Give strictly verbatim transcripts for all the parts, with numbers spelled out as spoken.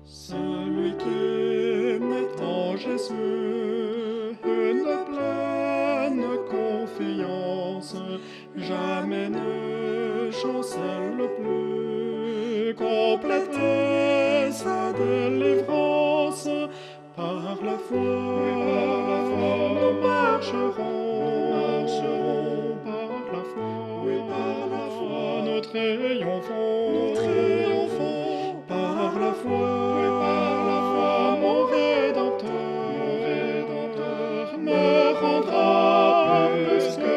Celui qui met en Jésus une pleine confiance, jamais ne chancelle plus, compléter sa délivrance. Par la foi, nous marcherons, marcherons par la foi, oui, par la foi, nous triomphons, nous triomphons par la foi, oui, par la foi, mon Rédempteur, mon Rédempteur me rendra plus que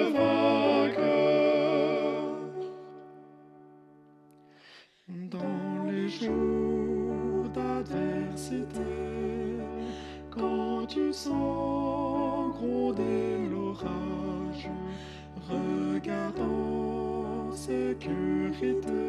vainqueur. Dans les jours d'adversité, quand tu sens gronder l'orage, regarde en sécurité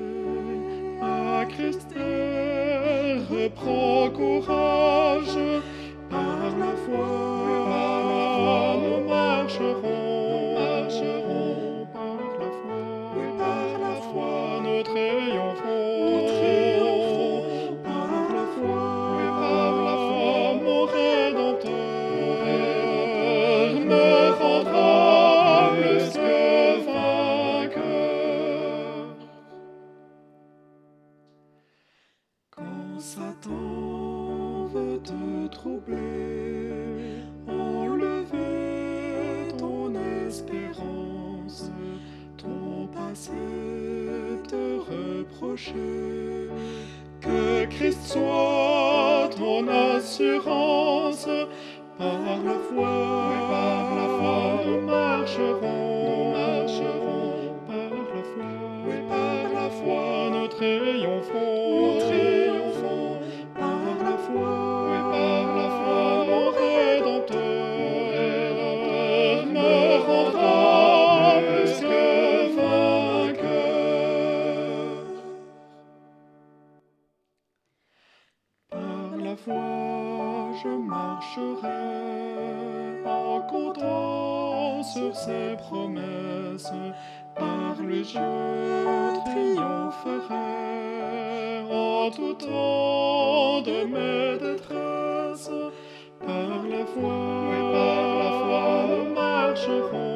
à Christ et reprends courage. Par la foi, par la foi, nous marcherons, marcherons par la foi, oui, par la foi, nous triomphons, nous triomphons par la foi, oui, par la foi, mon Rédempteur me rendra plus que vainqueur. Quand Satan veut te troubler, enlever ton espérance, ton passé te reprocher, que Christ soit ton assurance. Par la foi, oui, par la foi, nous marcherons, nous marcherons par la foi, oui, par la foi, nous triomphons, nous triomphons par la foi, oui, par la foi, mon Rédempteur me rendra plus que vainqueur. Par la foi, je marcherai en comptant sur ses promesses. Par lui je triompherai en tout temps de mes détresses. Par la foi, oui, par la foi, nous marcherons